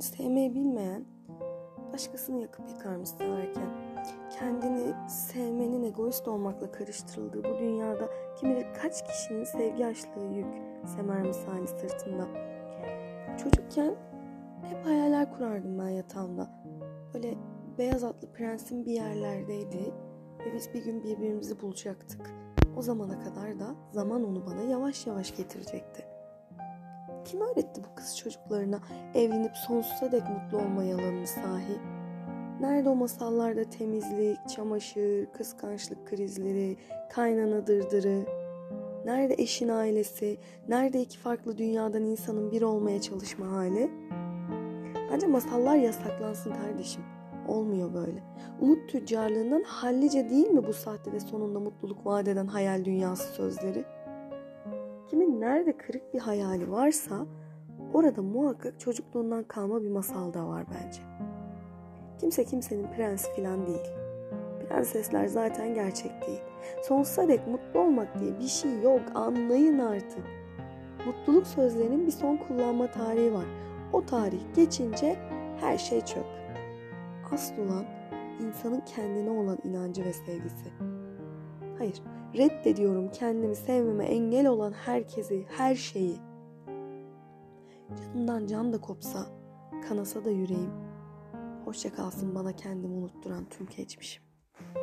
sevmeyi bilmeyen başkasını yakıp yıkarmış severken. Kendini sevmenin egoist olmakla karıştırıldığı bu dünyada kim bilir kaç kişinin sevgi açlığı yük, semer misali sırtında. Çocukken hep hayaller kurardım ben yatağımda. Böyle beyaz atlı prensim bir yerlerdeydi ve biz bir gün birbirimizi bulacaktık. O zamana kadar da zaman onu bana yavaş yavaş getirecekti. Kim öğretti bu kız çocuklarına evlenip sonsuza dek mutlu olma yalanını sahi? Nerede o masallarda temizlik, çamaşır, kıskançlık krizleri, kaynana dırdırı? Nerede eşin ailesi? Nerede iki farklı dünyadan insanın bir olmaya çalışma hali? Bence masallar yasaklansın kardeşim. Olmuyor böyle. Umut tüccarlığından hallice değil mi bu sahte ve sonunda mutluluk vaat eden hayal dünyası sözleri? Kimin nerede kırık bir hayali varsa orada muhakkak çocukluğundan kalma bir masal da var bence. Kimse kimsenin prensi falan değil. Prensesler zaten gerçek değil. Sonsuza dek mutlu olmak diye bir şey yok, anlayın artık. Mutluluk sözlerinin bir son kullanma tarihi var. O tarih geçince her şey çöp. Asıl olan insanın kendine olan inancı ve sevgisi. Hayır, reddediyorum kendimi sevmeme engel olan herkesi, her şeyi. Canımdan can da kopsa, kanasa da yüreğim. Hoşça kalsın bana kendimi unutturan tüm geçmişim.